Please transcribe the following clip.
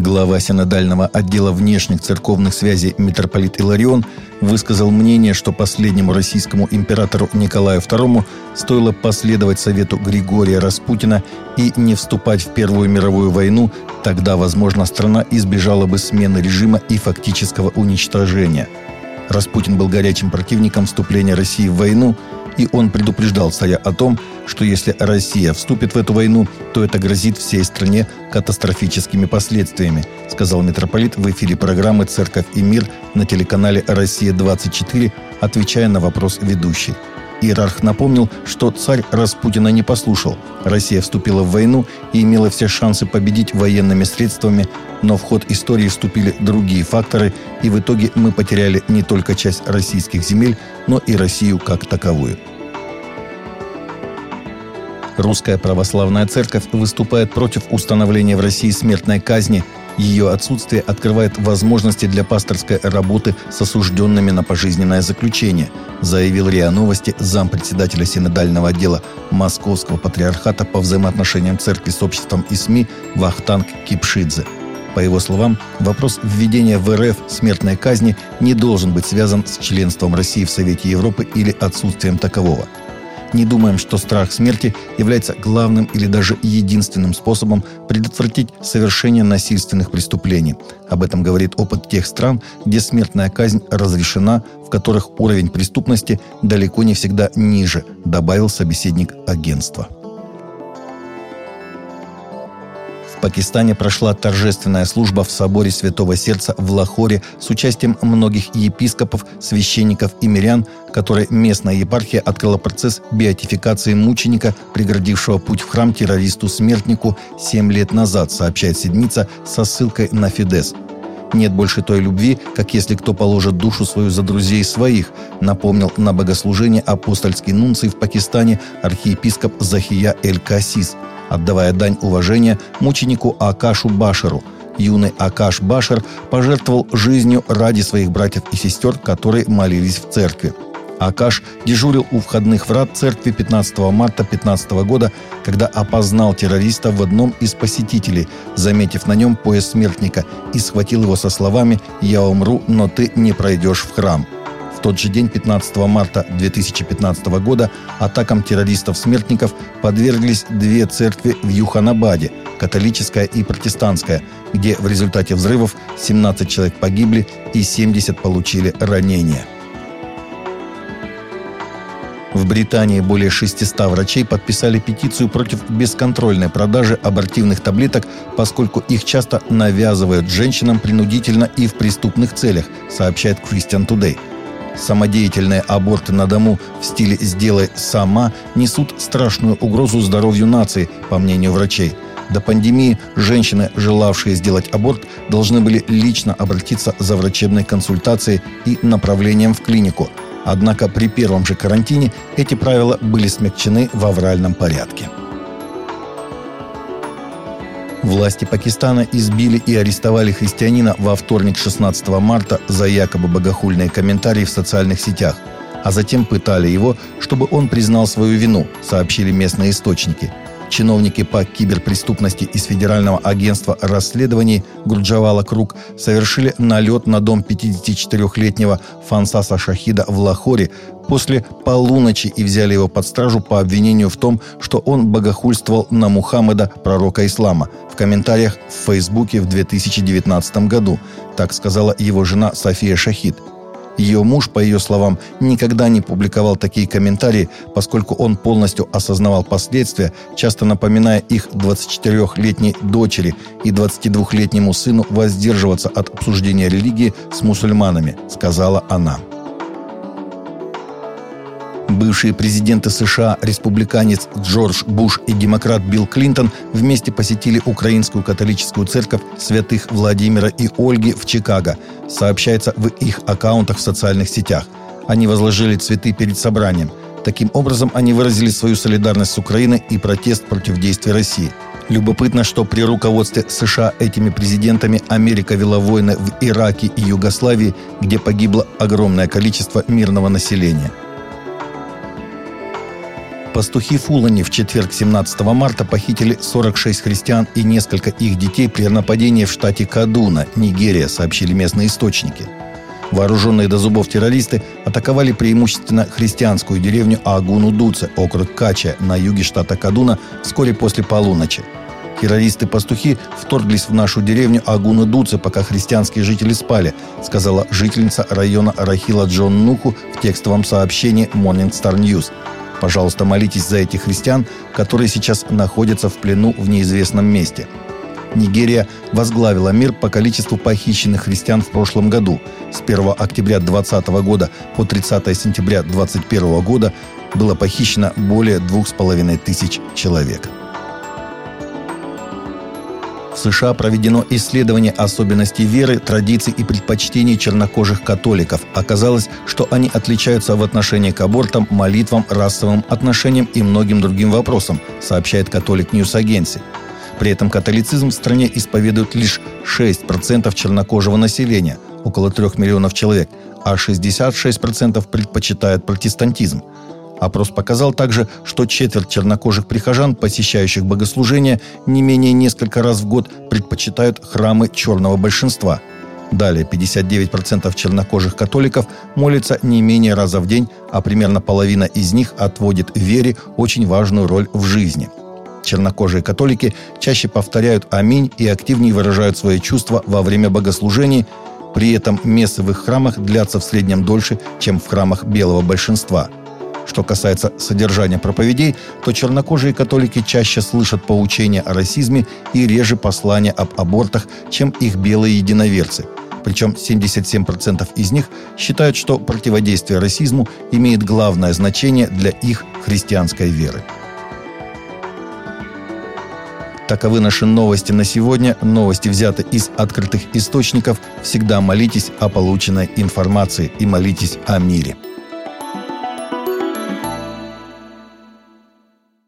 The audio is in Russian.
Глава синодального отдела внешних церковных связей митрополит Иларион высказал мнение, что последнему российскому императору Николаю II стоило последовать совету Григория Распутина и не вступать в Первую мировую войну, тогда, возможно, страна избежала бы смены режима и фактического уничтожения. Распутин был горячим противником вступления России в войну, и он предупреждал царя о том, что если Россия вступит в эту войну, то это грозит всей стране катастрофическими последствиями, сказал митрополит в эфире программы «Церковь и мир» на телеканале «Россия-24», отвечая на вопрос ведущей. Иерарх напомнил, что царь Распутина не послушал. Россия вступила в войну и имела все шансы победить военными средствами, но в ход истории вступили другие факторы, и в итоге мы потеряли не только часть российских земель, но и Россию как таковую. Русская православная церковь выступает против установления в России смертной казни. Ее отсутствие открывает возможности для пасторской работы с осужденными на пожизненное заключение, заявил РИА Новости зампредседателя синодального отдела Московского патриархата по взаимоотношениям церкви с обществом и СМИ Вахтанг Кипшидзе. По его словам, вопрос введения в РФ смертной казни не должен быть связан с членством России в Совете Европы или отсутствием такового. Не думаем, что страх смерти является главным или даже единственным способом предотвратить совершение насильственных преступлений. Об этом говорит опыт тех стран, где смертная казнь разрешена, в которых уровень преступности далеко не всегда ниже, добавил собеседник агентства. В Пакистане прошла торжественная служба в соборе Святого Сердца в Лахоре с участием многих епископов, священников и мирян, которой местная епархия открыла процесс беатификации мученика, преградившего путь в храм террористу-смертнику 7 лет назад, сообщает «Седмица» со ссылкой на Фидес. «Нет больше той любви, как если кто положит душу свою за друзей своих», напомнил на богослужении апостольский нунций в Пакистане архиепископ Захия Эль-Касис, отдавая дань уважения мученику Акашу Башару. Юный Акаш Башар пожертвовал жизнью ради своих братьев и сестер, которые молились в церкви. Акаш дежурил у входных врат церкви 15 марта 2015 года, когда опознал террориста в одном из посетителей, заметив на нем пояс смертника, и схватил его со словами «Я умру, но ты не пройдешь в храм». В тот же день, 15 марта 2015 года, атакам террористов-смертников подверглись 2 церкви в Юханабаде, католическая и протестантская, где в результате взрывов 17 человек погибли и 70 получили ранения. В Британии более 600 врачей подписали петицию против бесконтрольной продажи абортивных таблеток, поскольку их часто навязывают женщинам принудительно и в преступных целях, сообщает Christian Today. Самодеятельные аборты на дому в стиле «сделай сама» несут страшную угрозу здоровью нации, по мнению врачей. До пандемии женщины, желавшие сделать аборт, должны были лично обратиться за врачебной консультацией и направлением в клинику. Однако при первом же карантине эти правила были смягчены в авральном порядке. Власти Пакистана избили и арестовали христианина во вторник 16 марта за якобы богохульные комментарии в социальных сетях, а затем пытали его, чтобы он признал свою вину, сообщили местные источники. Чиновники по киберпреступности из Федерального агентства расследований Гурджавала Круг совершили налет на дом 54-летнего Фансаса Шахида в Лахоре после полуночи и взяли его под стражу по обвинению в том, что он богохульствовал на Мухаммеда, пророка ислама, в комментариях в Фейсбуке в 2019 году, так сказала его жена София Шахид. Ее муж, по ее словам, никогда не публиковал такие комментарии, поскольку он полностью осознавал последствия, часто напоминая их 24-летней дочери и 22-летнему сыну воздерживаться от обсуждения религии с мусульманами, сказала она. Бывшие президенты США, республиканец Джордж Буш и демократ Билл Клинтон вместе посетили Украинскую католическую церковь святых Владимира и Ольги в Чикаго, сообщается в их аккаунтах в социальных сетях. Они возложили цветы перед собранием. Таким образом, они выразили свою солидарность с Украиной и протест против действий России. Любопытно, что при руководстве США этими президентами Америка вела войны в Ираке и Югославии, где погибло огромное количество мирного населения. Пастухи Фулани в четверг 17 марта похитили 46 христиан и несколько их детей при нападении в штате Кадуна, Нигерия, сообщили местные источники. Вооруженные до зубов террористы атаковали преимущественно христианскую деревню Агуну-Дуце, округ Кача, на юге штата Кадуна, вскоре после полуночи. Террористы-пастухи вторглись в нашу деревню Агуну-Дуце, пока христианские жители спали, сказала жительница района Рахила Джон Нуху в текстовом сообщении Morning Star News. Пожалуйста, молитесь за этих христиан, которые сейчас находятся в плену в неизвестном месте. Нигерия возглавила мир по количеству похищенных христиан в прошлом году. С 1 октября 2020 года по 30 сентября 2021 года было похищено более 2500 человек. В США проведено исследование особенностей веры, традиций и предпочтений чернокожих католиков. Оказалось, что они отличаются в отношении к абортам, молитвам, расовым отношениям и многим другим вопросам, сообщает Catholic News Agency. При этом католицизм в стране исповедует лишь 6% чернокожего населения, около 3 миллионов человек, а 66% предпочитают протестантизм. Опрос показал также, что четверть чернокожих прихожан, посещающих богослужения не менее несколько раз в год, предпочитают храмы черного большинства. Далее 59% чернокожих католиков молятся не менее раза в день, а примерно половина из них отводит вере очень важную роль в жизни. Чернокожие католики чаще повторяют «Аминь» и активнее выражают свои чувства во время богослужений. При этом мессы в их храмах длятся в среднем дольше, чем в храмах белого большинства. Что касается содержания проповедей, то чернокожие католики чаще слышат поучения о расизме и реже послания об абортах, чем их белые единоверцы. Причем 77% из них считают, что противодействие расизму имеет главное значение для их христианской веры. Таковы наши новости на сегодня. Новости взяты из открытых источников. Всегда молитесь о полученной информации и молитесь о мире.